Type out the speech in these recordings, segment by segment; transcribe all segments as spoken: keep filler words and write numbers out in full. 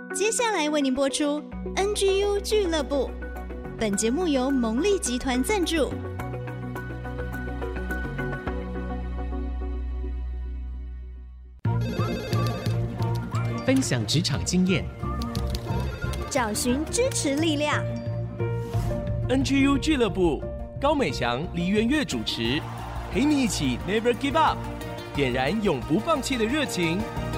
接下来为您播出 N G U 俱乐部，本节目由蒙利集团赞助。 分享职场经验， 找寻支持力量。 N G U 俱乐部，高美翔、黎元月主持，陪你一起 Never Give Up， 点燃永不放弃的热情。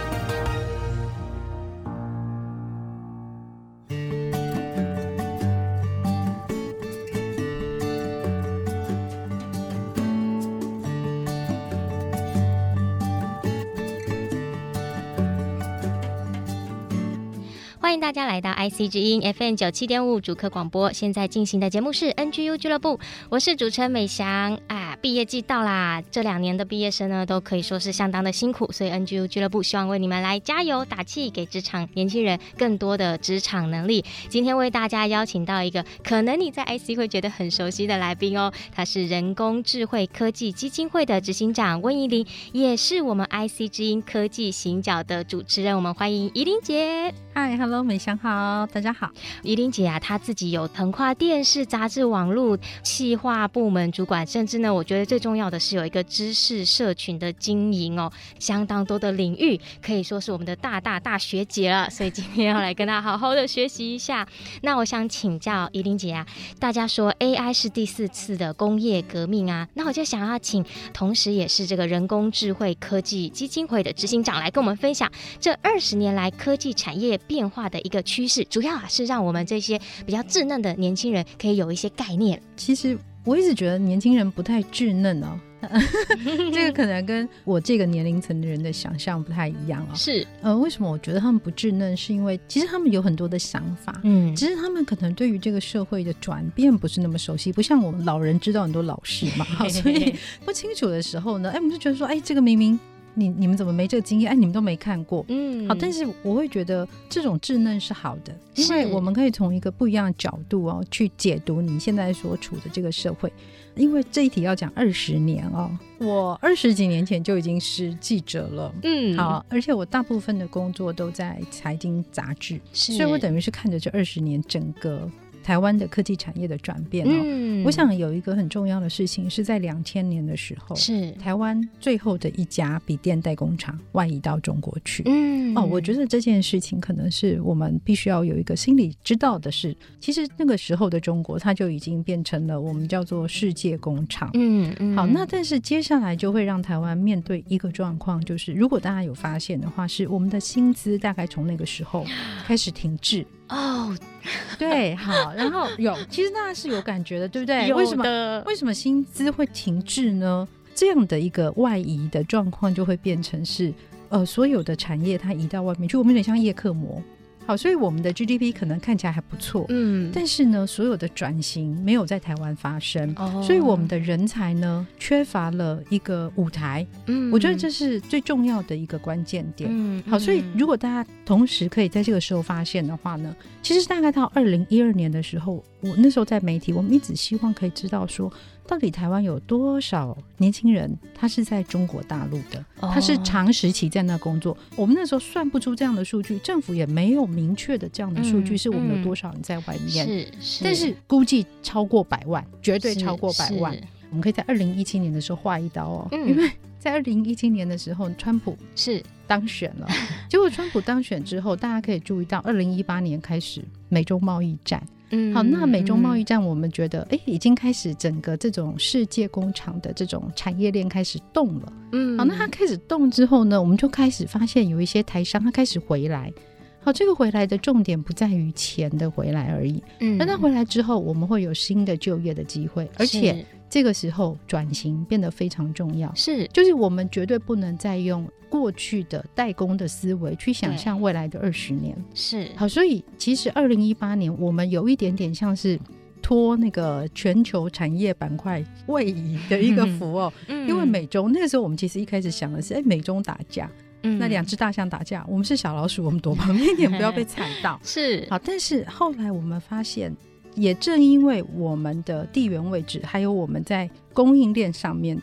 欢迎大家来到 I C 之音 F M 九七点五主客广播，现在进行的节目是 N G U 俱乐部，我是主持人美翔啊。毕业季到啦，这两年的毕业生呢都可以说是相当的辛苦，所以 N G U 俱乐部希望为你们来加油打气，给职场年轻人更多的职场能力。今天为大家邀请到一个可能你在 I C 会觉得很熟悉的来宾哦，他是人工智慧科技基金会的执行长温怡玲，也是我们 I C 之音科技行脚的主持人，我们欢迎怡玲姐。 嗨 ，Hello， 美翔好，大家好。 怡玲姐啊，她自己有横跨电视、杂志、网络企划部门主管，甚至呢，我觉得最重要的是有一个知识社群的经营哦，相当多的领域，可以说是我们的大大大学姐了。所以今天要来跟她好好的学习一下。那我想请教怡玲姐啊，大家说 A I 是第四次的工业革命啊，那我就想要请，同时也是这个人工智慧科技基金会的执行长来跟我们分享这二十年来科技产业变化的一个趋势，主要是让我们这些比较稚嫩的年轻人可以有一些概念。 其实我一直觉得年轻人不太稚嫩哦，这个可能跟我这个年龄层的人的想象不太一样哦。 是， 呃，为什么我觉得他们不稚嫩？是因为其实他们有很多的想法，嗯，只是他们可能对于这个社会的转变不是那么熟悉，不像我们老人知道很多老事嘛，所以不清楚的时候呢，哎，我们就觉得说，哎，这个明明。你你们怎么没这个经验？哎，你们都没看过，嗯，好，但是我会觉得这种稚嫩是好的，因为我们可以从一个不一样的角度哦去解读你现在所处的这个社会。因为这一题要讲二十年哦，我二十几年前就已经是记者了，嗯，好，而且我大部分的工作都在财经杂志，所以我等于是看着这二十年整个台湾的科技产业的转变哦，嗯，我想有一个很重要的事情是在两千年的时候，是台湾最后的一家笔电代工厂外移到中国去，嗯，哦，我觉得这件事情可能是我们必须要有一个心里知道的是，其实那个时候的中国它就已经变成了我们叫做世界工厂，嗯嗯，好，那但是接下来就会让台湾面对一个状况，就是如果大家有发现的话，是我们的薪资大概从那个时候开始停滞。哦，对，好，然后有，其实大家是有感觉的，对不对？ 有的。 为什么为什么薪资会停滞呢？这样的一个外移的状况就会变成是，呃，所有的产业它移到外面去，我们有点像叶克膜。好，所以我们的 G D P 可能看起来还不错，嗯，但是呢，所有的转型没有在台湾发生，哦，所以我们的人才呢缺乏了一个舞台，嗯，我觉得这是最重要的一个关键点，嗯，好，所以如果大家同时可以在这个时候发现的话呢，其实大概到二零一二年的时候，我那时候在媒体，我们一直希望可以知道说，到底台湾有多少年轻人他是在中国大陆的，他是长时期在那工作，我们那时候算不出这样的数据，政府也没有明确的这样的数据，是我们有多少人在外面，嗯嗯，是，但是估计超过百万，绝对超过百万。我们可以在二零一七年的时候划一刀哦，嗯，因为在二零一七年的时候，川普是当选了，结果川普当选之后，大家可以注意到，二零一八年开始美中贸易战。嗯，好，那美中贸易战我们觉得哎，已经开始整个这种世界工厂的这种产业链开始动了，嗯，好，那它开始动之后呢，我们就开始发现有一些台商他开始回来，好，这个回来的重点不在于钱的回来而已，嗯，那他回来之后我们会有新的就业的机会，而且这个时候转型变得非常重要，是，就是我们绝对不能再用过去的代工的思维去想象未来的二十年，是，好，所以其实二零一八年我们有一点点像是托那个全球产业板块位移的一个福哦，嗯，因为美中那个时候我们其实一开始想的是哎，美中打架，嗯，那两只大象打架，我们是小老鼠，我们躲旁边一点不要被踩到是，好，但是后来我们发现也正因为我们的地缘位置还有我们在供应链上面的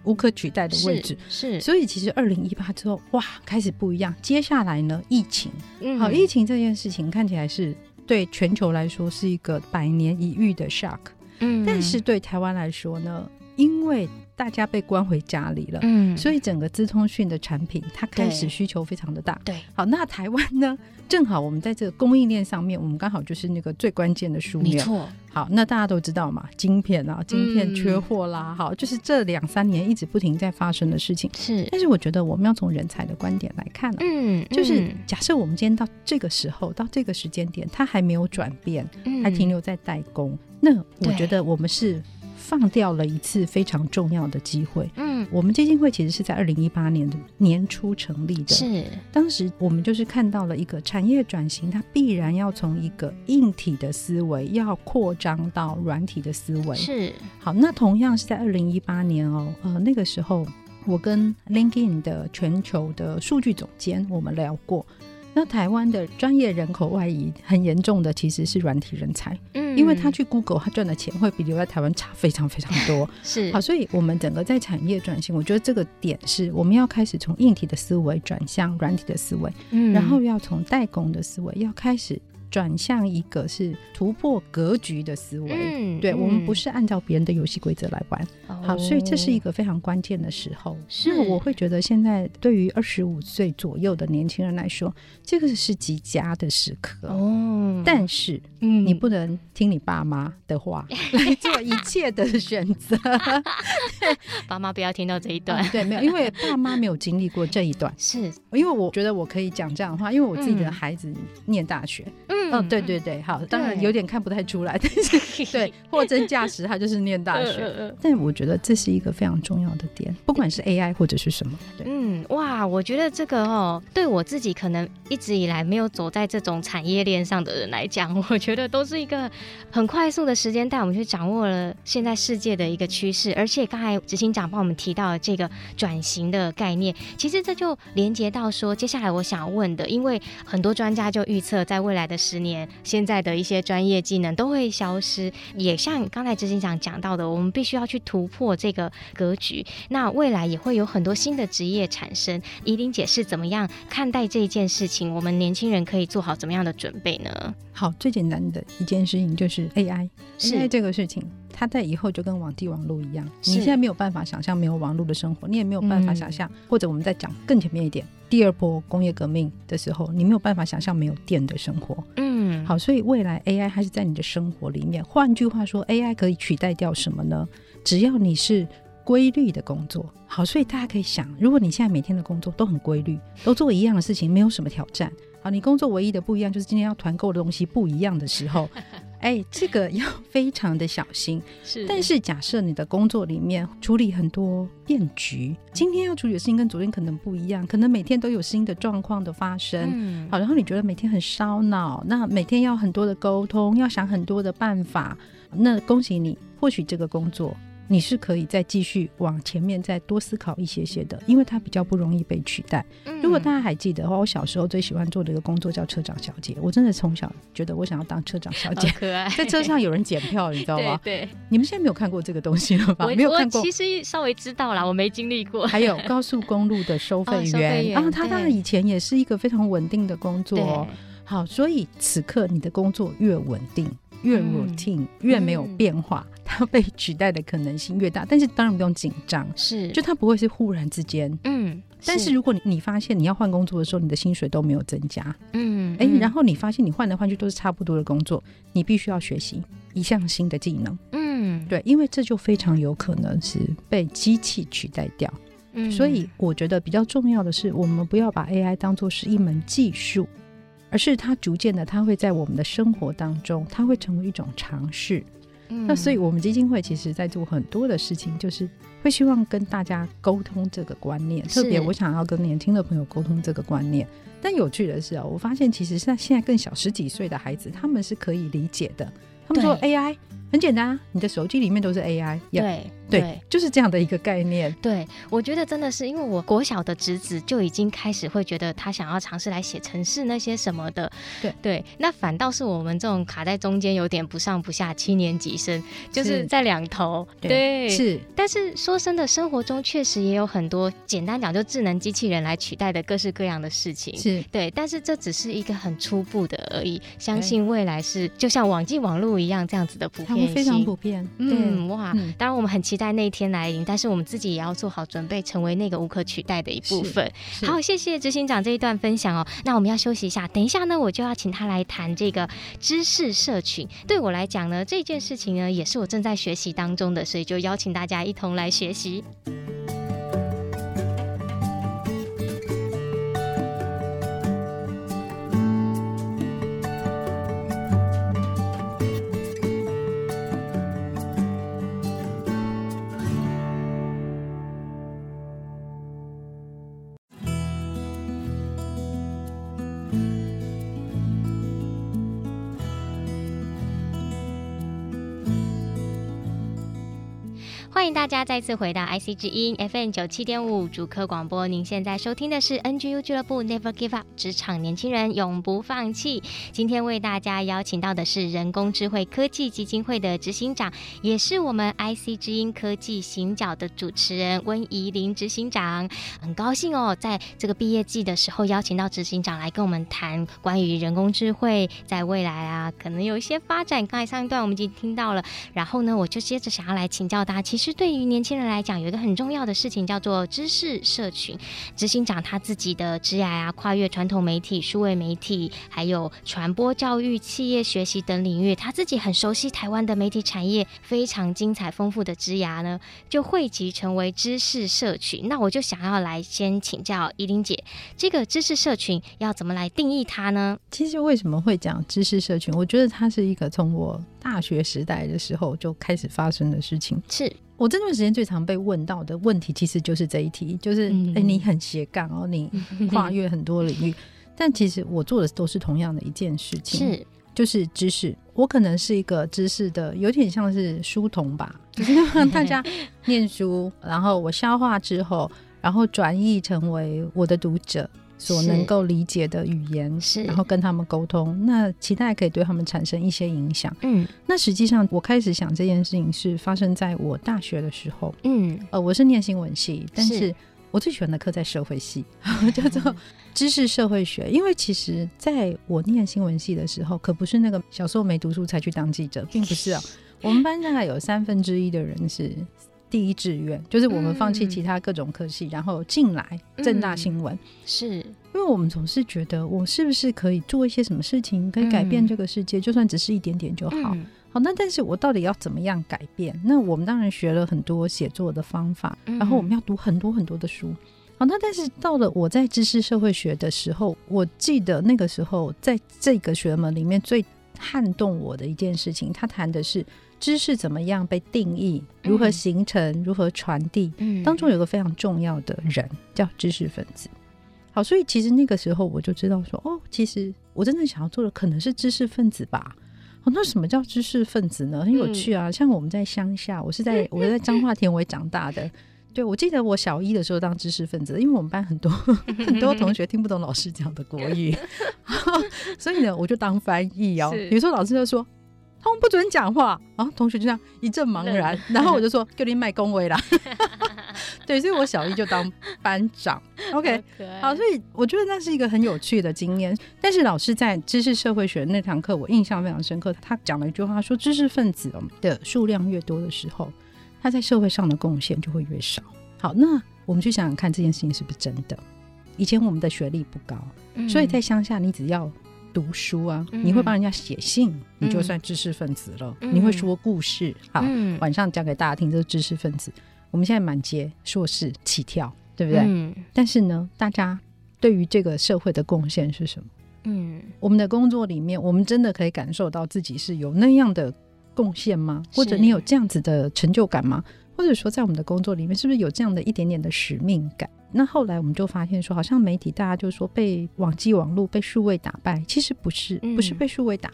无可取代的位置。 是，是所以其实二零一八之后，哇，开始不一样。接下来呢，疫情， 嗯好，疫情这件事情看起来是对全球来说是一个百年一遇的 shock，嗯，但是对台湾来说呢，因为大家被关回家里了，嗯，所以整个资通讯的产品它开始需求非常的大。对，好，那台湾呢，正好我们在这个供应链上面，我们刚好就是那个最关键的枢纽。没错。好，那大家都知道嘛，晶片啊，晶片缺货啦，嗯、好，就是这两三年一直不停在发生的事情。是，但是我觉得我们要从人才的观点来看、啊，嗯，就是假设我们今天到这个时候，到这个时间点，它还没有转变，嗯、还停留在代工，那我觉得我们是放掉了一次非常重要的机会。嗯，我们基金会其实是在二零一八年的年初成立的，是当时我们就是看到了一个产业转型，它必然要从一个硬体的思维要扩张到软体的思维。是，好，那同样是在二零一八年哦，呃，那个时候我跟 LinkedIn 的全球的数据总监我们聊过。那台湾的专业人口外移很严重的其实是软体人才，嗯，因为他去 Google 他赚的钱会比留在台湾差非常非常多。是，好，所以我们整个在产业转型，我觉得这个点是我们要开始从硬体的思维转向软体的思维，嗯，然后要从代工的思维要开始转向一个是突破格局的思维。嗯，对，嗯，我们不是按照别人的游戏规则来玩。哦，好，所以这是一个非常关键的时候。是，那我会觉得现在对于二十五岁左右的年轻人来说，这个是极佳的时刻。哦，但是，嗯，你不能听你爸妈的话来做一切的选择。 爸妈不要听到这一段。 嗯，对，没有，因为爸妈没有经历过这一段。是，因为我觉得我可以讲这样的话，因为我自己的孩子念大学。嗯，哦，对对对，好，当然有点看不太出来，但是对，货真价实，他就是念大学。但我觉得这是一个非常重要的点，不管是 A I 或者是什么。 嗯，哇，我觉得这个哦，对我自己可能一直以来没有走在这种产业链上的人来讲，我觉得都是一个很快速的时间带我们去掌握了现在世界的一个趋势，而且刚才执行长帮我们提到的这个转型的概念，其实这就连接到说，接下来我想问的，因为很多专家就预测在未来的十年，现在的一些专业技能都会消失，也像刚才执行长讲到的，我们必须要去突破这个格局，那未来也会有很多新的职业产生。宜玲姐是怎么样看待这一件事情？我们年轻人可以做好怎么样的准备呢？ 好，最简单的一件事情就是 A I， A I 这个事情它在以后就跟网际网路一样，你现在没有办法想象没有网路的生活，你也没有办法想象、嗯、或者我们再讲更前面一点，第二波工业革命的时候，你没有办法想象没有电的生活。嗯，好，所以未来 A I 还是在你的生活里面。换句话说， A I 可以取代掉什么呢？只要你是规律的工作。好，所以大家可以想，如果你现在每天的工作都很规律，都做一样的事情，没有什么挑战，好，你工作唯一的不一样就是今天要团购的东西不一样的时候哎，这个要非常的小心。是，但是假设你的工作里面处理很多变局，今天要处理的事情跟昨天可能不一样，可能每天都有新的状况的发生、嗯、好，然后你觉得每天很烧脑，那每天要很多的沟通，要想很多的办法，那恭喜你，或许这个工作你是可以再继续往前面再多思考一些些的，因为它比较不容易被取代、嗯、如果大家还记得的话，我小时候最喜欢做的一个工作叫车长小姐，我真的从小觉得我想要当车长小姐， 好可爱， 在车上有人检票你知道吗？对对，你们现在没有看过这个东西了吧？ 我没有看过， 我其实稍微知道啦，我没经历过。 还有高速公路的收费员、哦、收费员然后他当然以前也是一个非常稳定的工作、哦、好，所以此刻你的工作越稳定越 routine、嗯、越没有变化、嗯、它被取代的可能性越大，但是当然不用紧张，是就它不会是忽然之间。嗯，但是如果 你, 你发现你要换工作的时候你的薪水都没有增加，嗯，哎，然后你发现你换来换去都是差不多的工作，你必须要学习一项新的技能。嗯，对，因为这就非常有可能是被机器取代掉。嗯，所以我觉得比较重要的是我们不要把 A I 当作是一门技术，而是它逐渐的它会在我们的生活当中它会成为一种常识、嗯、那所以我们基金会其实在做很多的事情，就是会希望跟大家沟通这个观念，特别我想要跟年轻的朋友沟通这个观念。但有趣的是、哦、我发现其实现在更小十几岁的孩子他们是可以理解的，他们说 A I 很简单啊，你的手机里面都是 A I。 对对, 对，就是这样的一个概念。 对，我觉得真的是因为我国小的侄子就已经开始会觉得他想要尝试来写程式那些什么的。对对，那反倒是我们这种卡在中间有点不上不下七年级生，就是在两头。对，对是。 但是说真的，生活中确实也有很多简单讲就智能机器人来取代的各式各样的事情。 是， 对，但是这只是一个很初步的而已，相信未来是就像网际网路一样这样子的普遍性， 它会非常普遍。 嗯，哇、嗯，当然我们很期待那一天来临，但是我们自己也要做好准备，成为那个无可取代的一部分。好，谢谢执行长这一段分享哦。那我们要休息一下，等一下呢，我就要请他来谈这个知识社群。对我来讲呢，这件事情呢，也是我正在学习当中的，所以就邀请大家一同来学习。欢迎大家再次回到 I C 之音 F M 九七点五 主科广播，您现在收听的是 N G U 俱乐部 Never Give Up 职场年轻人永不放弃。今天为大家邀请到的是人工智慧科技基金会的执行长，也是我们 I C 之音科技行脚的主持人温怡玲执行长。很高兴哦，在这个毕业季的时候邀请到执行长来跟我们谈关于人工智慧在未来啊可能有一些发展。刚才上一段我们已经听到了，然后呢，我就接着想要来请教大家，其实对于年轻人来讲有一个很重要的事情叫做知识社群。执行长他自己的职涯啊，跨越传统媒体、数位媒体，还有传播教育、企业学习等领域，他自己很熟悉台湾的媒体产业，非常精彩丰富的职涯呢，就汇集成为知识社群。那我就想要来先请教怡玲姐，这个知识社群要怎么来定义它呢？ 其实为什么会讲知识社群，我觉得它是一个从我大学时代的时候就开始发生的事情。 是我这段时间最常被问到的问题其实就是这一题，就是、嗯欸、你很斜杠哦，你跨越很多领域但其实我做的都是同样的一件事情，是就是知识。我可能是一个知识的有点像是书童吧，就是让大家念书然后我消化之后，然后转译成为我的读者所能够理解的语言，然后跟他们沟通，那期待可以对他们产生一些影响。嗯，那实际上我开始想这件事情是发生在我大学的时候。嗯，呃，我是念新闻系，但是我最喜欢的课在社会系叫做知识社会学。因为其实在我念新闻系的时候，可不是那个小时候没读书才去当记者，并不是啊。我们班大概有三分之一的人是第一志愿，就是我们放弃其他各种科系、嗯、然后进来政大新闻、嗯、是因为我们总是觉得我是不是可以做一些什么事情可以改变这个世界、嗯、就算只是一点点就好、嗯、好，那但是我到底要怎么样改变？那我们当然学了很多写作的方法、嗯、然后我们要读很多很多的书。好，那但是到了我在知识社会学的时候，我记得那个时候在这个学门里面最撼动我的一件事情，他谈的是知识怎么样被定义，如何形成、嗯、如何传递、嗯、当中有个非常重要的人叫知识分子。好，所以其实那个时候我就知道说，哦，其实我真正想要做的可能是知识分子吧。哦，那什么叫知识分子呢？很有趣啊、嗯、像我们在乡下，我是在我在彰化田尾长大的对，我记得我小一的时候当知识分子，因为我们班很多很多同学听不懂老师讲的国语所以呢我就当翻译哦。比如说老师就说他们不准讲话，然后同学就这样一阵茫然，然后我就说给你卖恭维啦对，所以我小一就当班长OK 好，所以我觉得那是一个很有趣的经验。但是老师在知识社会学那堂课我印象非常深刻，他讲了一句话说，知识分子的数量越多的时候，他在社会上的贡献就会越少。好，那我们去想想看这件事情是不是真的。以前我们的学历不高、嗯、所以在乡下你只要读书啊、嗯、你会帮人家写信、嗯、你就算知识分子了、嗯、你会说故事，好、嗯、晚上讲给大家听，这是知识分子。我们现在满街硕士起跳，对不对、嗯、但是呢大家对于这个社会的贡献是什么？嗯，我们的工作里面我们真的可以感受到自己是有那样的贡献吗？或者你有这样子的成就感吗？或者说在我们的工作里面是不是有这样的一点点的使命感？那后来我们就发现说，好像媒体大家就说被网际网络被数位打败，其实不是，不是被数位打败、嗯、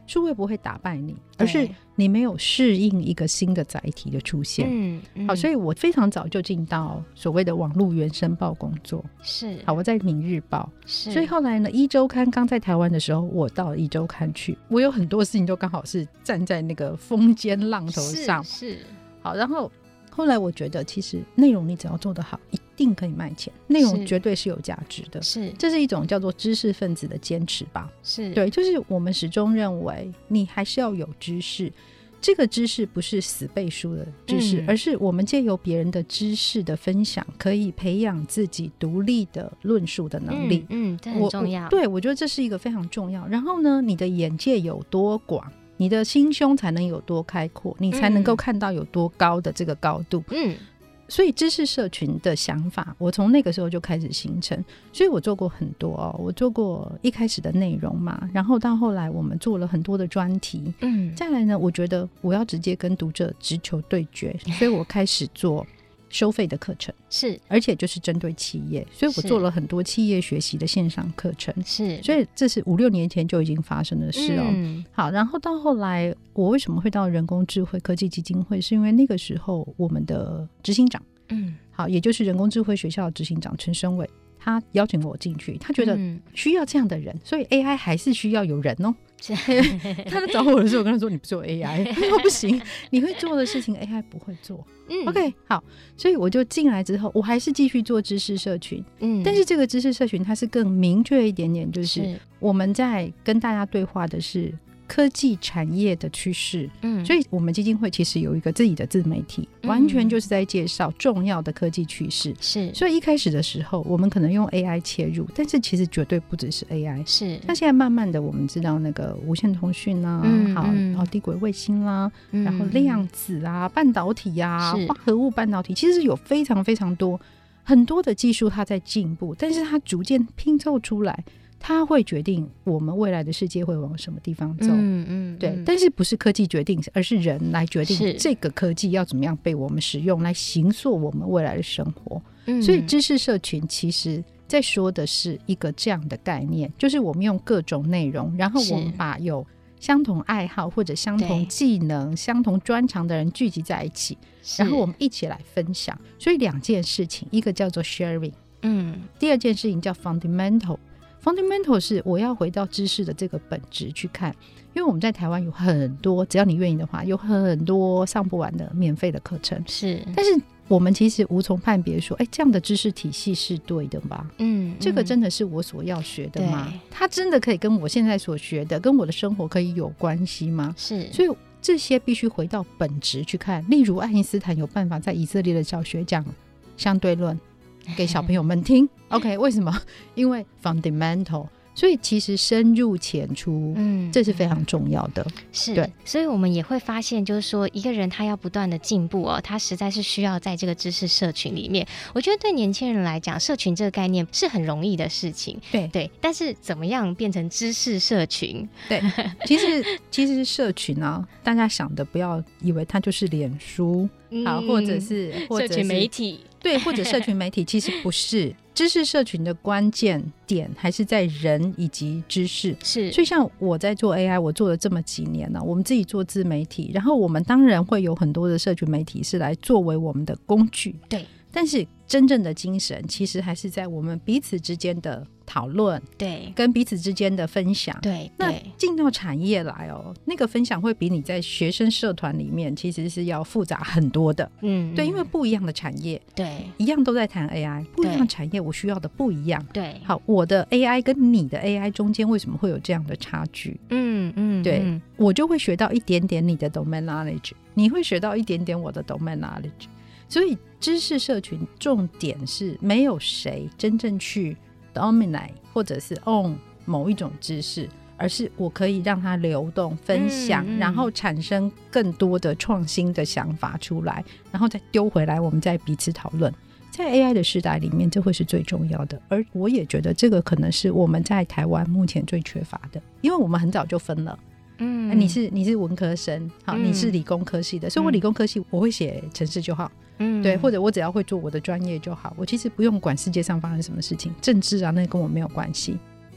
数位不会打败你，而是你没有适应一个新的载体的出现。嗯嗯、好，所以我非常早就进到所谓的网络原生报工作。是，好，我在民日报。是，所以后来呢，一周刊刚在台湾的时候，我到一周刊去，我有很多事情都刚好是站在那个风尖浪头上。是，是好，然后后来我觉得，其实内容你只要做得好，一定可以卖钱，内容绝对是有价值的。是，这是一种叫做知识分子的坚持吧。是，对，就是我们始终认为你还是要有知识，这个知识不是死背书的知识、嗯、而是我们借由别人的知识的分享，可以培养自己独立的论述的能力。嗯，嗯这很重要。我对，我觉得这是一个非常重要。然后呢，你的眼界有多广，你的心胸才能有多开阔，你才能够看到有多高的这个高度。嗯，所以知识社群的想法我从那个时候就开始形成。所以我做过很多哦，我做过一开始的内容嘛，然后到后来我们做了很多的专题。嗯，再来呢，我觉得我要直接跟读者直球对决，所以我开始做收费的课程。是，而且就是针对企业，所以我做了很多企业学习的线上课程。是，所以这是五六年前就已经发生的事哦。嗯、好，然后到后来我为什么会到人工智慧科技基金会，是因为那个时候我们的执行长，嗯，好，也就是人工智慧学校的执行长陈升伟，他邀请我进去，他觉得需要这样的人，所以 A I 还是需要有人哦。他在找我的时候，我跟他说：“你不做 A I， 他说不行，你会做的事情 A I 不会做。嗯” OK， 好，所以我就进来之后，我还是继续做知识社群。嗯，但是这个知识社群它是更明确一点点，就是我们在跟大家对话的是科技产业的趋势。嗯，所以我们基金会其实有一个自己的自媒体，嗯、完全就是在介绍重要的科技趋势。是，所以一开始的时候，我们可能用 A I 切入，但是其实绝对不只是 A I。是，那现在慢慢的，我们知道那个无线通讯啊，嗯、好，然后低轨卫星啦、啊嗯，然后量子啊，半导体啊，化合物半导体，其实有非常非常多很多的技术它在进步，但是它逐渐拼凑出来。它会决定我们未来的世界会往什么地方走。嗯嗯，对，但是不是科技决定，而是人来决定这个科技要怎么样被我们使用来形塑我们未来的生活。嗯，所以知识社群其实在说的是一个这样的概念，就是我们用各种内容，然后我们把有相同爱好或者相同技能相同专长的人聚集在一起，然后我们一起来分享。所以两件事情，一个叫做 sharing， 嗯，第二件事情叫 fundamental。Fundamental 是我要回到知识的这个本质去看，因为我们在台湾有很多，只要你愿意的话，有很多上不完的免费的课程。是，但是我们其实无从判别说，哎，这样的知识体系是对的吗？嗯，这个真的是我所要学的吗？它真的可以跟我现在所学的，跟我的生活可以有关系吗？是，所以这些必须回到本质去看。例如爱因斯坦有办法在以色列的小学讲相对论给小朋友们听OK， 为什么？因为 fundamental， 所以其实深入浅出，嗯，这是非常重要的。是，对， 所以我们也会发现，就是说一个人他要不断的进步哦，他实在是需要在这个知识社群里面。我觉得对年轻人来讲，社群这个概念是很容易的事情，对对。但是怎么样变成知识社群？ 对，其实其实社群啊，大家想的不要以为它就是脸书，嗯、好，或者是或者是社群媒体。 对，或者社群媒体，其实不是知识社群的关键点还是在人以及知识。是，所以像我在做 A I， 我做了这么几年了、啊，我们自己做自媒体，然后我们当然会有很多的社群媒体是来作为我们的工具。对，但是真正的精神其实还是在我们彼此之间的讨论，对，跟彼此之间的分享。对，那进到产业来哦，那个分享会比你在学生社团里面其实是要复杂很多的。嗯，对，因为不一样的产业，对，一样都在谈 A I， 不一样的产业我需要的不一样。对，好，我的 A I 跟你的 A I 中间为什么会有这样的差距？嗯嗯，对，嗯，我就会学到一点点你的 domain knowledge， 你会学到一点点我的 domain knowledge。所以知识社群重点是没有谁真正去 dominate 或者是 own 某一种知识，而是我可以让它流动分享、嗯嗯、然后产生更多的创新的想法出来，然后再丢回来我们再彼此讨论。在 A I 的时代里面这会是最重要的，而我也觉得这个可能是我们在台湾目前最缺乏的，因为我们很早就分了。嗯，你是你是文科生，好、嗯，你是理工科系的，所以我理工科系我会写程式就好，嗯，对，或者我只要会做我的专业就好，我其实不用管世界上发生什么事情，政治啊那跟我没有关系。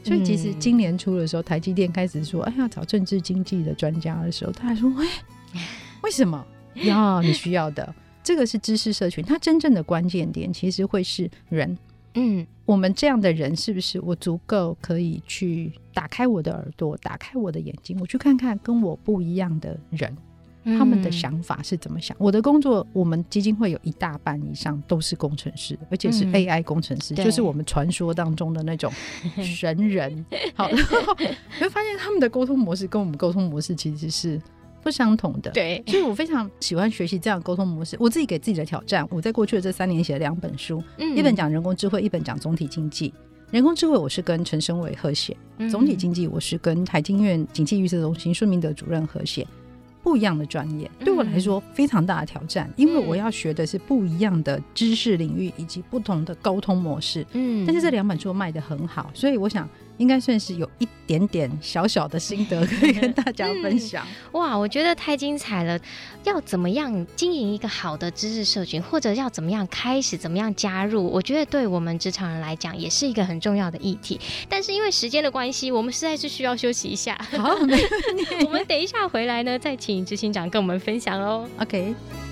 所以其实今年初的时候，台积电开始说哎呀找政治经济的专家的时候，他还说哎，为什么要你需要的这个是知识社群，它真正的关键点其实会是人。嗯，我们这样的人是不是我足够可以去打开我的耳朵，打开我的眼睛，我去看看跟我不一样的人，他们的想法是怎么想。我的工作，我们基金会有一大半以上都是工程师，而且是 A I 工程师、嗯、就是我们传说当中的那种神人好，然后你会发现他们的沟通模式跟我们沟通模式其实是不相同的。对，所以我非常喜欢学习这样的沟通模式。我自己给自己的挑战，我在过去的这三年写了两本书、嗯、一本讲人工智慧，一本讲总体经济。人工智慧我是跟陈升伟合写、嗯、总体经济我是跟台经院景气预测中心孙明德主任合写。不一样的专业对我来说非常大的挑战、嗯、因为我要学的是不一样的知识领域以及不同的沟通模式。嗯，但是这两本书卖得很好，所以我想应该算是有一点点小小的心得可以跟大家分享、 嗯、哇，我觉得太精彩了。要怎么样经营一个好的知识社群，或者要怎么样开始，怎么样加入，我觉得对我们职场人来讲也是一个很重要的议题。但是因为时间的关系，我们实在是需要休息一下。好，没问题。我们等一下回来呢再请执行长跟我们分享咯。 OK。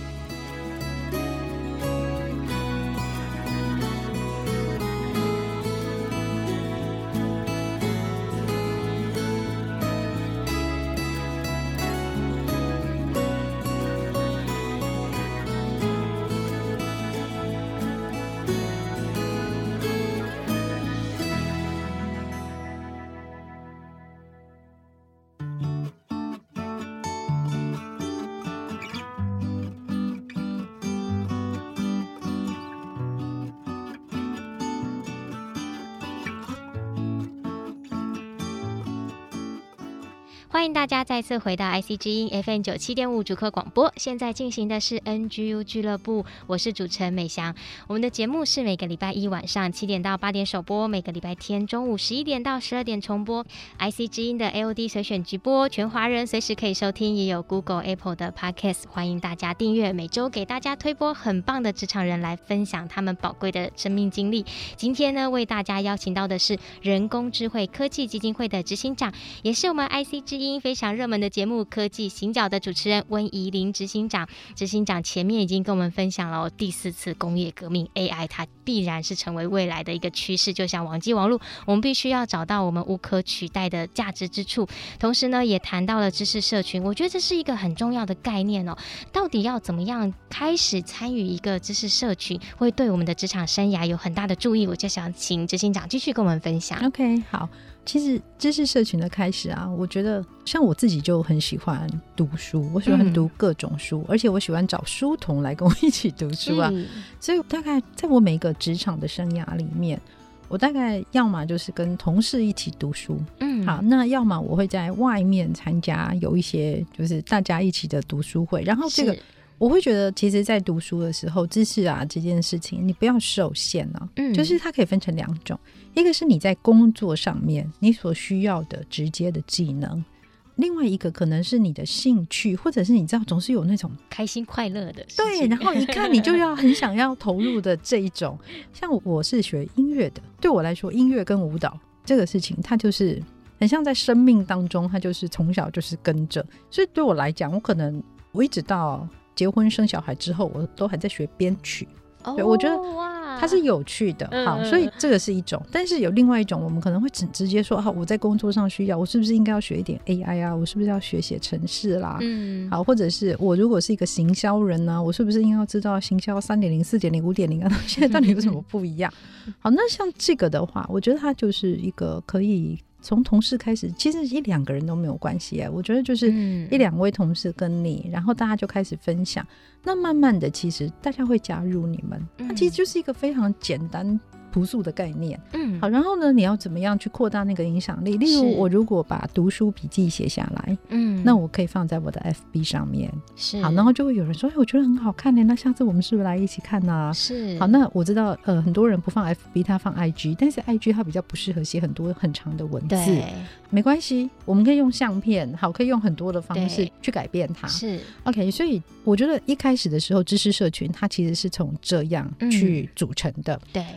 欢迎大家再次回到 I C 之音 F M 九七点五主客广播，现在进行的是 N G U 俱乐部，我是主持人美翔。我们的节目是每个礼拜一晚上七点到八点首播，每个礼拜天中午十一点到十二点重播。 I C 之音的 A O D 随选直播，全华人随时可以收听，也有 Google、Apple 的 Podcast， 欢迎大家订阅，每周给大家推播很棒的职场人来分享他们宝贵的生命经历。今天呢，为大家邀请到的是人工智慧科技基金会的执行长，也是我们 I C 之音非常热门的节目科技行脚的主持人温怡玲执行长。执行长前面已经跟我们分享了、哦、第四次工业革命 A I 它必然是成为未来的一个趋势，就像网际网络，我们必须要找到我们无可取代的价值之处。同时呢，也谈到了知识社群，我觉得这是一个很重要的概念哦。到底要怎么样开始参与一个知识社群，会对我们的职场生涯有很大的注意，我就想请执行长继续跟我们分享。 OK， 好。其实知识社群的开始啊，我觉得像我自己就很喜欢读书，我喜欢读各种书、嗯、而且我喜欢找书童来跟我一起读书啊、嗯、所以大概在我每个职场的生涯里面，我大概要么就是跟同事一起读书，嗯，好，那要么我会在外面参加有一些就是大家一起的读书会，然后这个我会觉得其实在读书的时候，知识啊这件事情你不要受限啊、嗯、就是它可以分成两种，一个是你在工作上面你所需要的直接的技能，另外一个可能是你的兴趣，或者是你知道总是有那种开心快乐的事情， 对，然后一看你就要很想要投入的这一种像我是学音乐的，对我来说音乐跟舞蹈这个事情它就是很像在生命当中，它就是从小就是跟着，所以对我来讲，我可能我一直到结婚生小孩之后我都还在学编曲、哦、对，我觉得它是有趣的、嗯、好，所以这个是一种。但是有另外一种，我们可能会直接说、啊、我在工作上需要，我是不是应该要学一点 A I 啊，我是不是要学写程式啦、嗯、好，或者是我如果是一个行销人啊，我是不是应该要知道行销 三点零 四点零 五点零 啊，现在到底有什么不一样好，那像这个的话，我觉得它就是一个可以从同事开始，其实一两个人都没有关系、啊、我觉得就是一两位同事跟你、嗯、然后大家就开始分享，那慢慢的其实大家会加入你们、嗯、它其实就是一个非常简单朴素的概念。嗯，好，然后呢，你要怎么样去扩大那个影响力？例如，我如果把读书笔记写下来，嗯，那我可以放在我的 F B 上面，是好，然后就会有人说，哎，我觉得很好看呢，那下次我们是不是来一起看啊？是好，那我知道，呃，很多人不放 F B， 他放 I G， 但是 I G 它比较不适合写很多很长的文字，对，没关系，我们可以用相片，好，可以用很多的方式去改变它。是 OK， 所以我觉得一开始的时候，知识社群它其实是从这样去组成的。嗯、对，好，那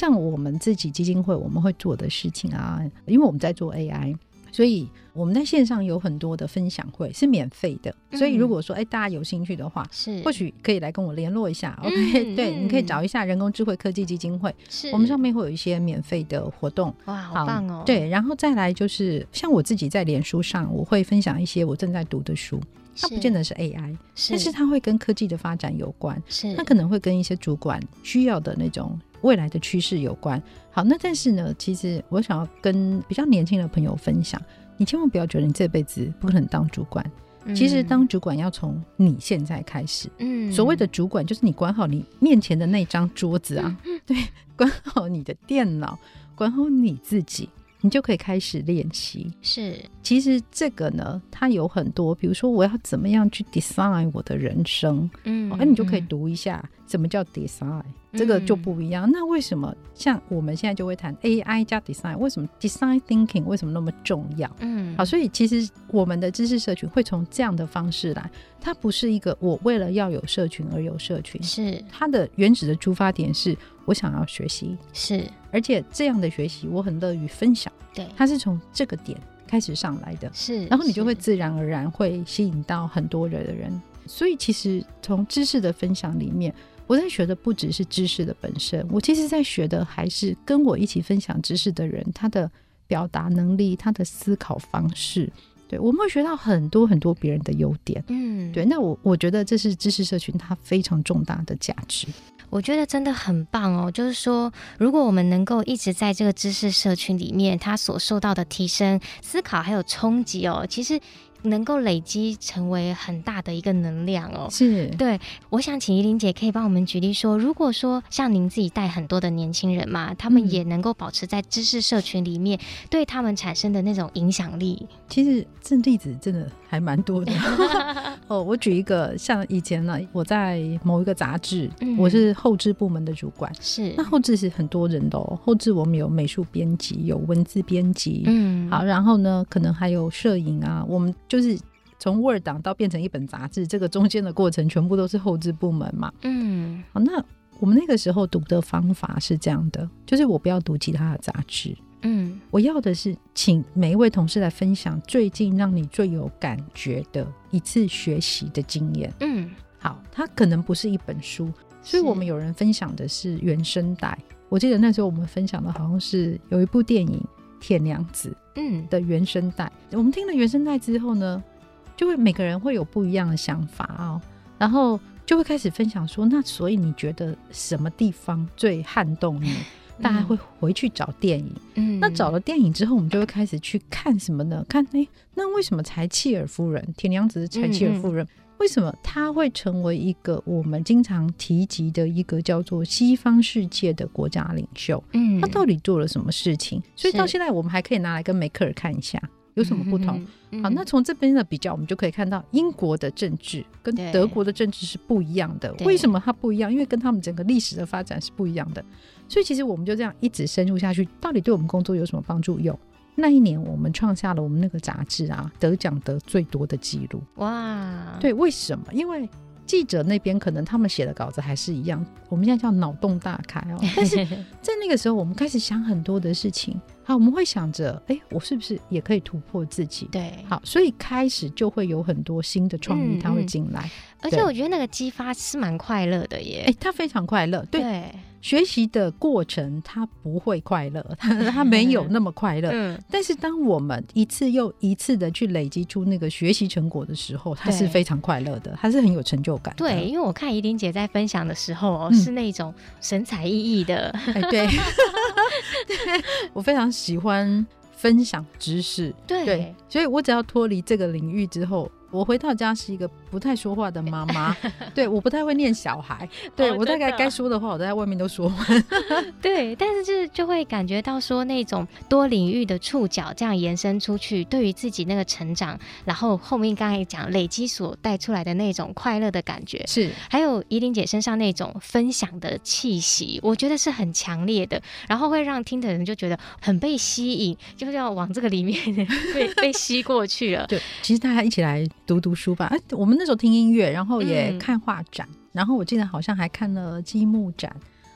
像我们自己基金会我们会做的事情啊，因为我们在做 A I，所以我们在线上有很多的分享会是免费的，所以如果说哎大家有兴趣的话，是或许可以来跟我联络一下、嗯、OK、嗯、对、嗯、你可以找一下人工智慧科技基金会，是我们上面会有一些免费的活动。 哇好棒哦。 对，然后再来就是像我自己在脸书上我会分享一些我正在读的书，它不见得是 A I， 是但是它会跟科技的发展有关，是它可能会跟一些主管需要的那种未来的趋势有关。好，那但是呢其实我想要跟比较年轻的朋友分享，你千万不要觉得你这辈子不可能当主管、嗯、其实当主管要从你现在开始、嗯、所谓的主管就是你管好你面前的那张桌子啊、嗯、对，管好你的电脑，管好你自己，你就可以开始练习。是，其实这个呢它有很多，比如说我要怎么样去 design 我的人生，嗯，哦、你就可以读一下什么叫 design，这个就不一样、嗯、那为什么像我们现在就会谈 A I 加 design， 为什么 design thinking 为什么那么重要？嗯，好，所以其实我们的知识社群会从这样的方式来，它不是一个我为了要有社群而有社群，是它的原始的出发点是我想要学习，是而且这样的学习我很乐于分享，对，它是从这个点开始上来的，是然后你就会自然而然会吸引到很多人的人。所以其实从知识的分享里面，我在学的不只是知识的本身，我其实在学的还是跟我一起分享知识的人他的表达能力，他的思考方式，对，我们会学到很多很多别人的优点。嗯，对，那我我觉得这是知识社群它非常重大的价值。 我觉得真的很棒哦，就是说如果我们能够一直在这个知识社群里面，它所受到的提升、思考还有冲击哦，其实能够累积成为很大的一个能量哦。是，对，我想请怡玲姐可以帮我们举例说，如果说像您自己带很多的年轻人嘛，他们也能够保持在知识社群里面、嗯、对他们产生的那种影响力。 其实这例子真的还蛮多的哦，我举一个，像以前呢，我在某一个杂志、嗯、我是后制部门的主管，是那后制是很多人的哦，后制我们有美术编辑，有文字编辑，嗯，好，然后呢可能还有摄影啊，我们就是从 Word 档到变成一本杂志，这个中间的过程全部都是后制部门嘛。嗯，好，那我们那个时候读的方法是这样的，就是我不要读其他的杂志，嗯，我要的是请每一位同事来分享最近让你最有感觉的一次学习的经验。嗯，好，它可能不是一本书，所以我们有人分享的是原声带，我记得那时候我们分享的好像是有一部电影铁娘子的原声带、嗯、我们听了原声带之后呢，就会每个人会有不一样的想法哦，然后就会开始分享说，那所以你觉得什么地方最撼动你？大家会回去找电影、嗯、那找了电影之后，我们就会开始去看什么呢？看哎，那为什么柴契尔夫人，铁娘子是柴契尔夫人、嗯嗯，为什么她会成为一个我们经常提及的一个叫做西方世界的国家领袖？嗯，她到底做了什么事情？所以到现在我们还可以拿来跟梅克尔看一下有什么不同、嗯嗯、好，那从这边的比较我们就可以看到英国的政治跟德国的政治是不一样的。为什么它不一样？因为跟他们整个历史的发展是不一样的。所以其实我们就这样一直深入下去，到底对我们工作有什么帮助？有，那一年我们创下了我们那个杂志啊得奖得最多的记录。哇，对，为什么？因为记者那边可能他们写的稿子还是一样，我们现在叫脑洞大开哦。但是在那个时候我们开始想很多的事情，好，我们会想着哎，我是不是也可以突破自己？对，好，所以开始就会有很多新的创意它会进来、嗯嗯、 而且我觉得那个激发是蛮快乐的耶。 哎，它非常快乐。 对, 对，学习的过程它不会快乐，它没有那么快乐、嗯、但是当我们一次又一次的去累积出那个学习成果的时候，它是非常快乐的，它是很有成就感的。 对，因为我看怡玲姐在分享的时候、哦嗯、是那种神采奕奕的。 哎，对我非常喜欢分享知识。 对, 对，所以我只要脱离这个领域之后，我回到家是一个不太说话的妈妈对，我不太会念小孩，对、哦、我大概该说的话我在外面都说完对，但是就就会感觉到说那种多领域的触角这样延伸出去，对于自己那个成长，然后后面刚才讲累积所带出来的那种快乐的感觉，是还有怡玲姐身上那种分享的气息，我觉得是很强烈的，然后会让听的人就觉得很被吸引，就是要往这个里面被, 被吸过去了。 对，其实大家一起来读读书吧、啊、我们那时候听音乐，然后也看画展、嗯、然后我记得好像还看了积木展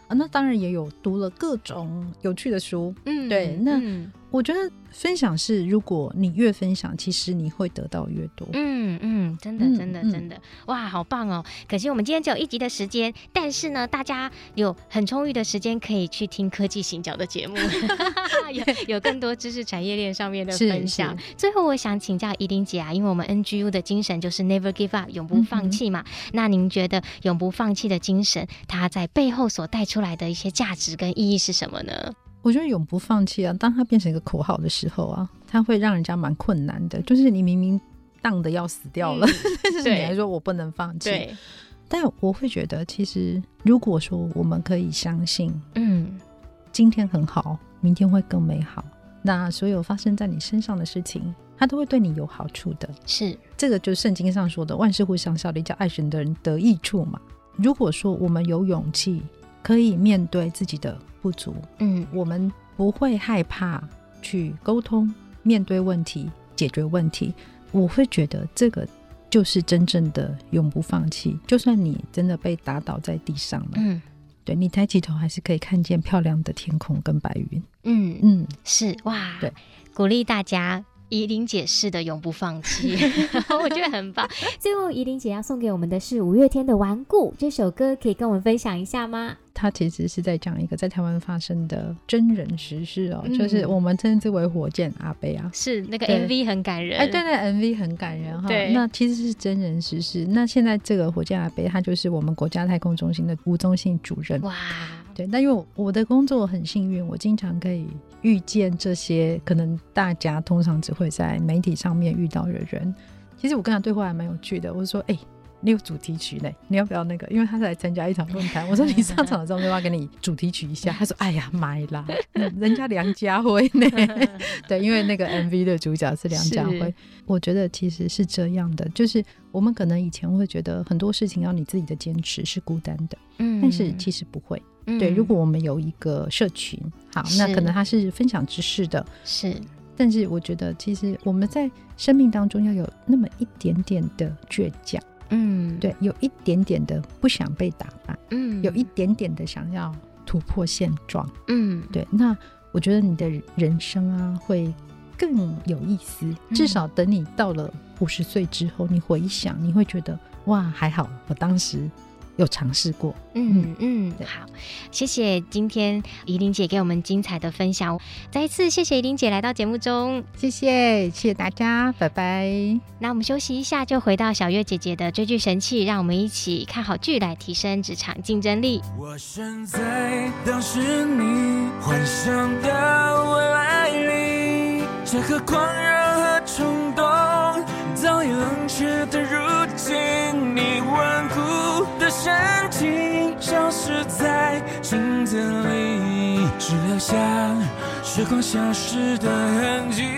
啊，那当然也有读了各种有趣的书。 嗯， 对，那、 嗯、 我觉得分享是，如果你越分享，其实你会得到越多。 嗯嗯，真的真的真的、嗯，哇，好棒哦！可惜我们今天只有一集的时间，但是呢，大家有很充裕的时间可以去听科技行脚的节目，有有更多知识产业链上面的分享。最后，我想请教宜玲姐啊，因为我们 N G U 的精神就是 Never Give Up， 永不放弃嘛、嗯。那您觉得永不放弃的精神，它在背后所带出来的一些价值跟意义是什么呢？ 我觉得永不放弃啊，当它变成一个口号的时候啊，它会让人家蛮困难的。就是你明明荡的要死掉了，嗯、但是你还说我不能放弃。对，但我会觉得，其实如果说我们可以相信，嗯，今天很好，明天会更美好，那所有发生在你身上的事情，它都会对你有好处的。 是， 这个就是圣经上说的万事互相效力，叫爱神的人得益处嘛。如果说我们有勇气可以面对自己的不足，嗯，我们不会害怕去沟通，面对问题，解决问题，我会觉得这个就是真正的永不放弃。就算你真的被打倒在地上了，嗯，对，你抬起头还是可以看见漂亮的天空跟白云。嗯嗯， 是，哇， 对， 鼓励大家宜玲姐式的永不放弃我觉得很棒。 最后宜玲姐要送给我们的是五月天的《顽固》这首歌，可以跟我们分享一下吗？ 它其实是在讲一个在台湾发生的真人实事哦、嗯，就是我们称之为火箭阿贝啊， 是那个 M V 很感人。 哎，对，那 M V 很感人哈。对，那其实是真人实事。那现在这个火箭阿贝，他就是我们国家太空中心的吴宗信主任。哇，对，那因为我的工作很幸运，我经常可以遇见这些可能大家通常只会在媒体上面遇到的人。其实我跟他对话还蛮有趣的，我说，哎、欸。你有主题曲呢，你要不要那个？因为他是来参加一场论坛，我说你上场的时候要不要给你主题曲一下？他说哎呀买啦，人家梁家辉呢对，因为那个 M V 的主角是梁家辉。我觉得其实是这样的，就是我们可能以前会觉得很多事情要你自己的坚持是孤单的，嗯，但是其实不会。嗯、对，如果我们有一个社群，好，那可能他是分享知识的， 是。 但是我觉得其实我们在生命当中要有那么一点点的倔强。嗯，对，有一点点的不想被打败，嗯，有一点点的想要突破现状，嗯，对，那我觉得你的人生啊会更有意思，至少等你到了五十岁之后，你回想，你会觉得哇，还好我当时有尝试过。 嗯嗯，好，谢谢今天宜玲姐给我们精彩的分享，再一次谢谢宜玲姐来到节目中， 谢谢谢谢大家，拜拜。 那我们休息一下，就回到小月姐姐的追剧神器，让我们一起看好剧来提升职场竞争力。 我身在当时你幻想的未来里，这颗狂热和冲动早已冷却的如今，你顽固的神情消失在镜子里，只留下时光消失的痕迹。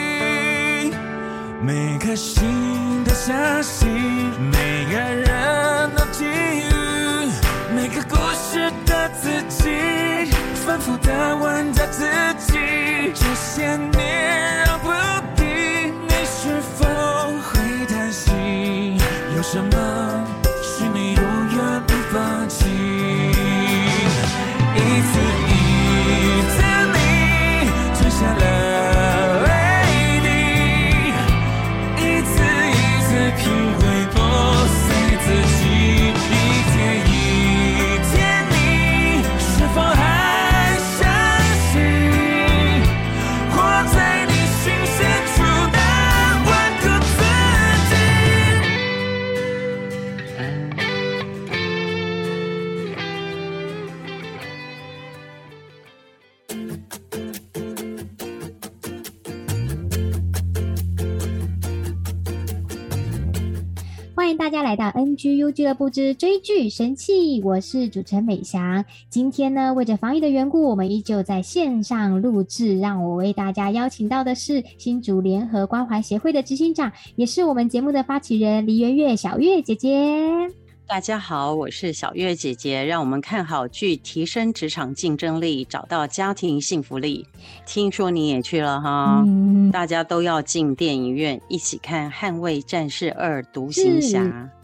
每颗心都相信，每个人都际遇，每个故事的自己，反复的问着自己，这些年让不定，你是否会担心，有什么是你永远不放弃？一次一次你吞下了泪滴，一次一次品味破碎自己，一天一天你是否还相信，活在你心深处的顽固自己。 欢迎大家来到 N G U 俱乐部之追剧神器，我是主持人美翔。今天呢，为着防疫的缘故，我们依旧在线上录制，让我为大家邀请到的是新竹联合关怀协会的执行长，也是我们节目的发起人黎元月小月姐姐。 大家好，我是小月姐姐，让我们看好剧，提升职场竞争力，找到家庭幸福力。听说你也去了哈、嗯、大家都要进电影院一起看《捍卫战士二：独行侠》。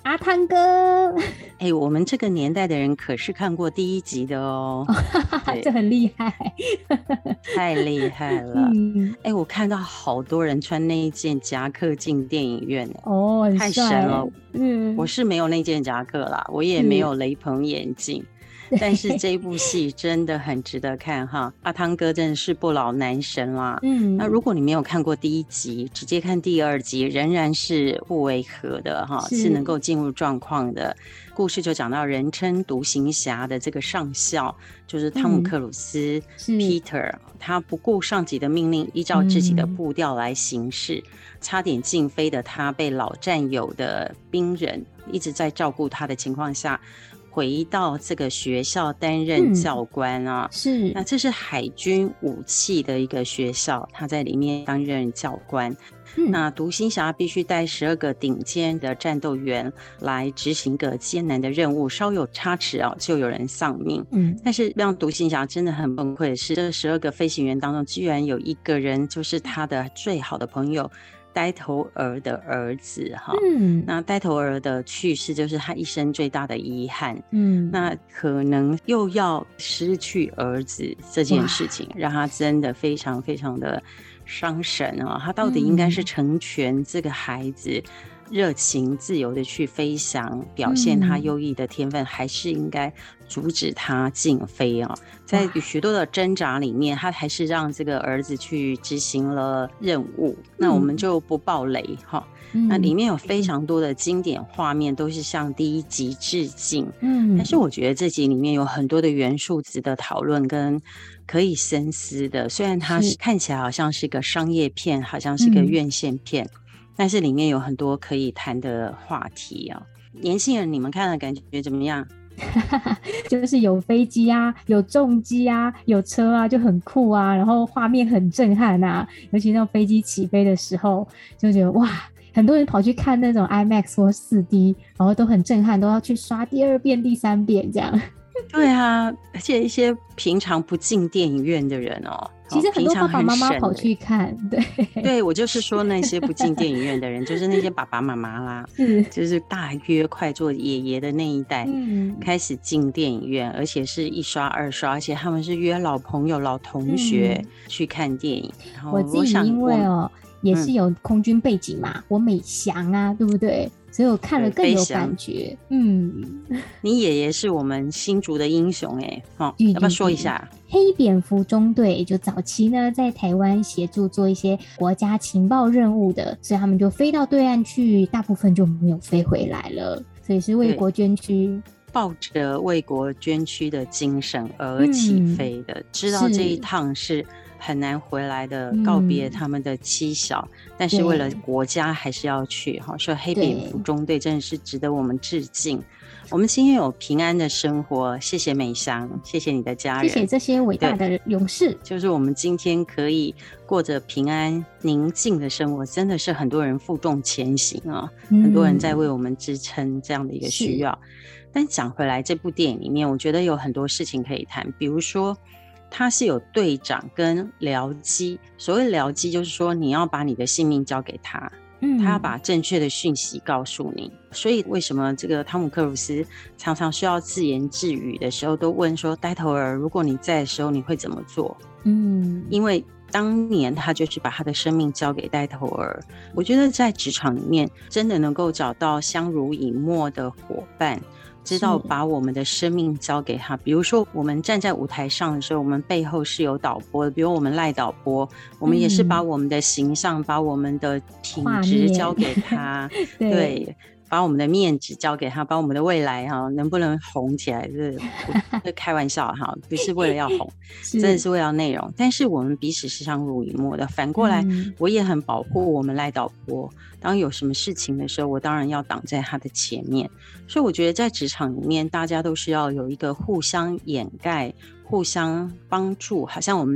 阿汤哥， 哎、欸，我们这个年代的人可是看过第一集的哦， 这很厉害， 太厉害了。哎、嗯欸，我看到好多人穿那一件夹克进电影院， 哦，很太神了。 嗯， 我是没有那件夹克啦，我也没有雷朋眼镜。但是这部戏真的很值得看哈，阿汤哥真的是不老男神啦。嗯，那如果你没有看过第一集，直接看第二集，仍然是不违和的哈，是能够进入状况的。故事就讲到人称独行侠的这个上校，就是汤姆克鲁斯、嗯、Peter， 他不顾上级的命令，依照自己的步调来行事，嗯、差点禁飞的他被老战友的兵人一直在照顾他的情况下，回到这个学校担任教官啊，嗯、是，那这是海军武器的一个学校，他在里面担任教官。嗯、那独行侠必须带十二个顶尖的战斗员来执行一个艰难的任务，稍有差池啊，就有人丧命。嗯，但是让独行侠真的很崩溃的是，这十二个飞行员当中，居然有一个人就是他的最好的朋友。呆头鹅的儿子哈，嗯，那呆头鹅的去世就是他一生最大的遗憾，嗯，那可能又要失去儿子这件事情，让他真的非常非常的伤神啊！他到底应该是成全这个孩子热情自由的去飞翔，表现他优异的天分，嗯、还是应该阻止他禁飞啊？在许多的挣扎里面，他还是让这个儿子去执行了任务。嗯、那我们就不爆雷哈。嗯、那里面有非常多的经典画面，都是向第一集致敬。嗯，但是我觉得这集里面有很多的元素值得讨论跟可以深思的。虽然它是看起来好像是一个商业片，好像是一个院线片。嗯，但是里面有很多可以谈的话题啊，年轻人你们看的感觉怎么样？ 就是有飞机啊，有重机啊，有车啊，就很酷啊，然后画面很震撼啊，尤其那种飞机起飞的时候，就觉得哇，很多人跑去看那种 IMAX 或 四 D， 然后都很震撼，都要去刷第二遍、第三遍这样。 对啊，而且一些平常不进电影院的人哦， 其实很多爸爸妈妈跑去看，对， 对我就是说那些不进电影院的人，就是那些爸爸妈妈啦，是就是大约快做爷爷的那一代，嗯，开始进电影院，而且是一刷二刷，而且他们是约老朋友、老同学去看电影。嗯、然后我自己因为哦，也是有空军背景嘛，嗯、我美翔啊，对不对？所以我看了更有感觉。嗯， 你爷爷是我们新竹的英雄哎、欸，哦，要不要说一下？ 黑蝙蝠中队就早期呢在台湾协助做一些国家情报任务的，所以他们就飞到对岸去，大部分就没有飞回来了，所以是为国捐躯。 抱着为国捐躯的精神而起飞的，嗯、知道这一趟是很难回来的，告别他们的妻小，嗯、但是为了国家还是要去哈。所以黑蝙蝠中队真的是值得我们致敬。我们今天有平安的生活，谢谢美香，谢谢你的家人， 谢谢这些伟大的勇士。 就是我们今天可以过着平安宁静的生活，真的是很多人负重前行啊，嗯、很多人在为我们支撑这样的一个需要。但讲回来，这部电影里面，我觉得有很多事情可以谈，比如说。他是有队长跟僚机，所谓僚机就是说你要把你的性命交给他，嗯，他要把正确的讯息告诉你。所以为什么这个汤姆克鲁斯常常需要自言自语的时候都问说，呆头鹅，如果你在的时候你会怎么做？嗯，因为当年他就是把他的生命交给呆头鹅。我觉得在职场里面真的能够找到相濡以沫的伙伴，知道把我们的生命交给他。比如说我们站在舞台上的时候，我们背后是有导播的，比如我们赖导播，我们也是把我们的形象、嗯、把我们的品质交给他对, 对，把我们的面子交给他，把我们的未来哈能不能红起来，是开玩笑哈，不是为了要红，真的是为了内容。但是我们彼此是相濡以沫的。反过来，嗯、我也很保护我们赖导播。当有什么事情的时候，我当然要挡在他的前面。所以我觉得在职场里面，大家都是要有一个互相掩盖、互相帮助，好像我们在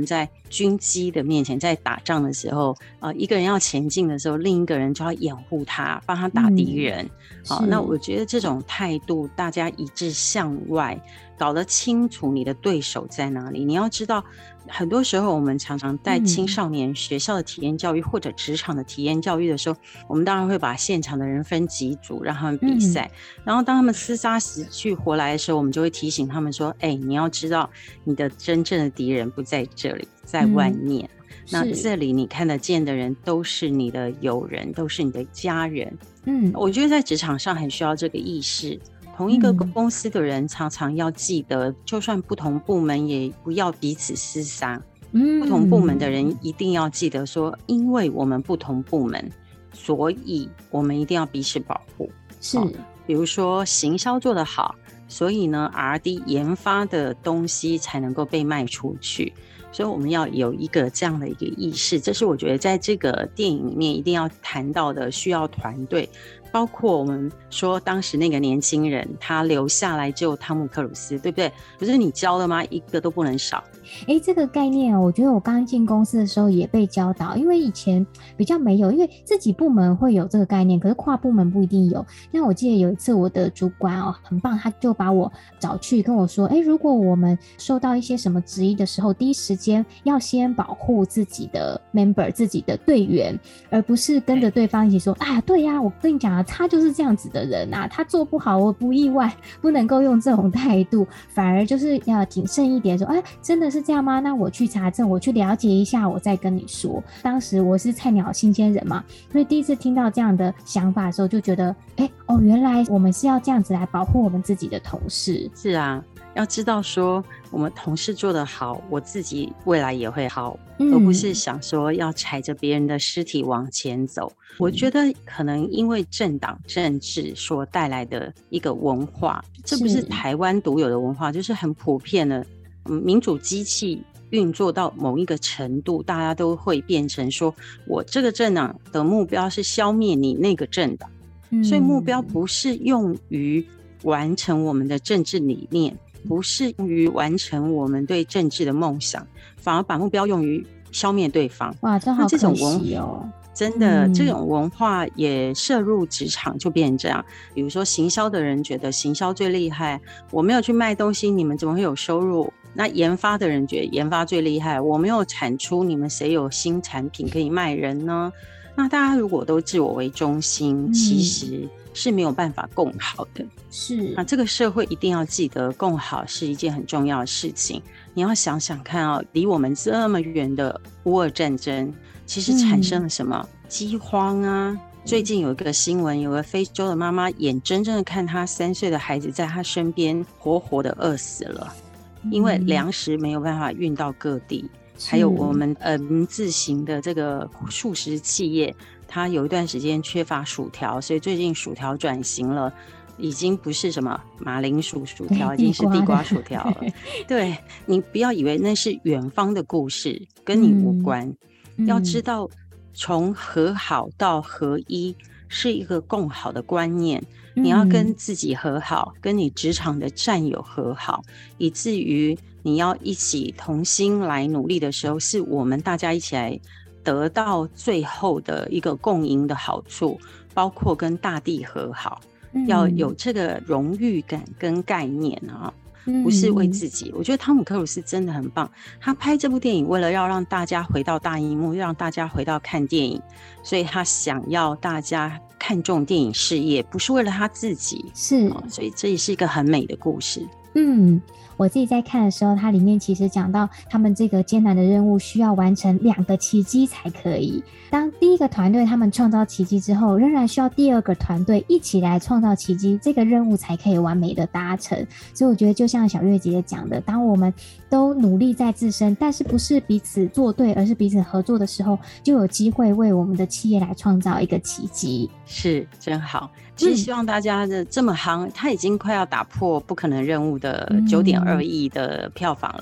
军机的面前，在打仗的时候，呃，一个人要前进的时候，另一个人就要掩护他，帮他打敌人。好、嗯，那我觉得这种态度，大家一致向外，搞得清楚你的对手在哪里。你要知道，很多时候我们常常带青少年学校的体验教育、嗯、或者职场的体验教育的时候，我们当然会把现场的人分几组，让他们比赛、嗯、然后当他们厮杀死去活来的时候，我们就会提醒他们说，哎、欸，你要知道你的真正的敌人不在这里，在外面、嗯、那这里你看得见的人都是你的友人，都是你的家人。嗯，我觉得在职场上很需要这个意识，同一个公司的人常常要记得、嗯、就算不同部门也不要彼此厮杀、嗯、不同部门的人一定要记得说，因为我们不同部门，所以我们一定要彼此保护。是、哦、比如说行销做得好，所以呢 R D 研发的东西才能够被卖出去，所以我们要有一个这样的一个意识，这是我觉得在这个电影里面一定要谈到的，需要团队。包括我们说当时那个年轻人他留下来救汤姆克鲁斯，对不对？不是你教的吗？一个都不能少。 哎，这个概念哦，我觉得我刚进公司的时候也被教导，因为以前比较没有，因为自己部门会有这个概念，可是跨部门不一定有。那我记得有一次我的主管哦很棒，他就把我找去跟我说，哎，如果我们受到一些什么质疑的时候，第一时间要先保护自己的 member 自己的队员，而不是跟着对方一起说，啊对呀、啊，我跟你讲啊，他就是这样子的人啊，他做不好我不意外，不能够用这种态度，反而就是要谨慎一点说，哎，真的是这样吗？那我去查证，我去了解一下，我再跟你说。当时我是菜鸟新鲜人嘛，所以第一次听到这样的想法的时候，就觉得，哎，哦，原来我们是要这样子来保护我们自己的同事。 是啊，要知道说我们同事做得好，我自己未来也会好、嗯、而不是想说要踩着别人的尸体往前走、嗯、我觉得可能因为政党政治所带来的一个文化，这不是台湾独有的文化，就是很普遍的民主机器运作到某一个程度，大家都会变成说，我这个政党的目标是消灭你那个政党、嗯、所以目标不是用于完成我们的政治理念，不是用于完成我们对政治的梦想，反而把目标用于消灭对方。 哇，这好可惜哦！ 真的、嗯、这种文化也涉入职场就变成这样。比如说行销的人觉得行销最厉害，我没有去卖东西，你们怎么会有收入？那研发的人觉得研发最厉害，我没有产出，你们谁有新产品可以卖人呢？那大家如果都自我为中心、嗯、其实是没有办法共好的。 是， 那这个社会一定要记得共好是一件很重要的事情。你要想想看啊、哦，离我们这么远的乌俄战争其实产生了什么？饥、嗯、荒啊！最近有一个新闻，有个非洲的妈妈眼睁睁的看她三岁的孩子在她身边活活的饿死了，因为粮食没有办法运到各地。还有我们 M 字形的这个速食企业，它有一段时间缺乏薯条，所以最近薯条转型了，已经不是什么马铃薯薯条，已经是地瓜薯条了。对，你不要以为那是远方的故事，跟你无关。嗯、要知道，从和好到合一是一个共好的观念。你要跟自己和好，跟你职场的战友和好，以至于你要一起同心来努力的时候，是我们大家一起来得到最后的一个共赢的好处，包括跟大地和好，嗯、要有这个荣誉感跟概念啊。不是为自己。我觉得汤姆克鲁斯真的很棒，他拍这部电影为了要让大家回到大荧幕，让大家回到看电影，所以他想要大家看重电影事业，不是为了他自己。是、哦、所以这也是一个很美的故事。 嗯，我自己在看的时候，它里面其实讲到他们这个艰难的任务需要完成两个奇迹才可以。当第一个团队他们创造奇迹之后，仍然需要第二个团队一起来创造奇迹，这个任务才可以完美的达成。所以我觉得就像小月姐姐讲的，当我们都努力在自身，但是不是彼此作对，而是彼此合作的时候，就有机会为我们的企业来创造一个奇迹。 是，真好。其实希望大家的这么夯，它已经快要打破不可能任务的九点二亿的票房了。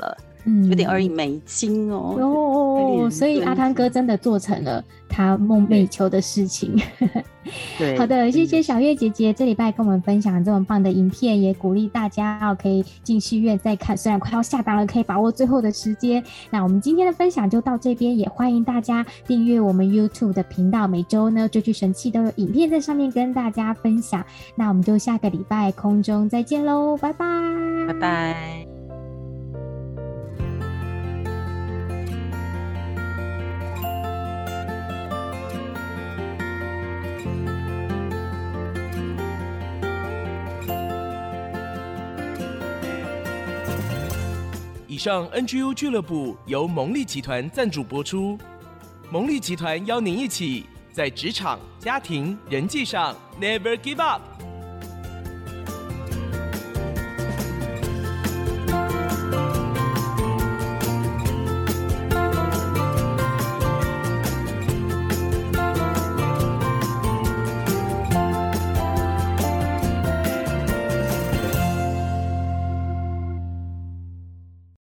嗯，有点而已美金哦。 哦，所以阿汤哥真的做成了他梦寐以求的事情。 对， 好的，谢谢小月姐姐这礼拜跟我们分享这么棒的影片，也鼓励大家要可以进戏院再看，虽然快要下档了，可以把握最后的时间。那我们今天的分享就到这边，也欢迎大家订阅我们 YouTube 的频道，每周呢追剧神器都有影片在上面跟大家分享。那我们就下个礼拜空中再见喽，拜拜， 拜拜。 以上 N G U 俱乐部由蒙利集团赞助播出。蒙利集团邀您一起在职场、家庭、人际上 Never Give Up。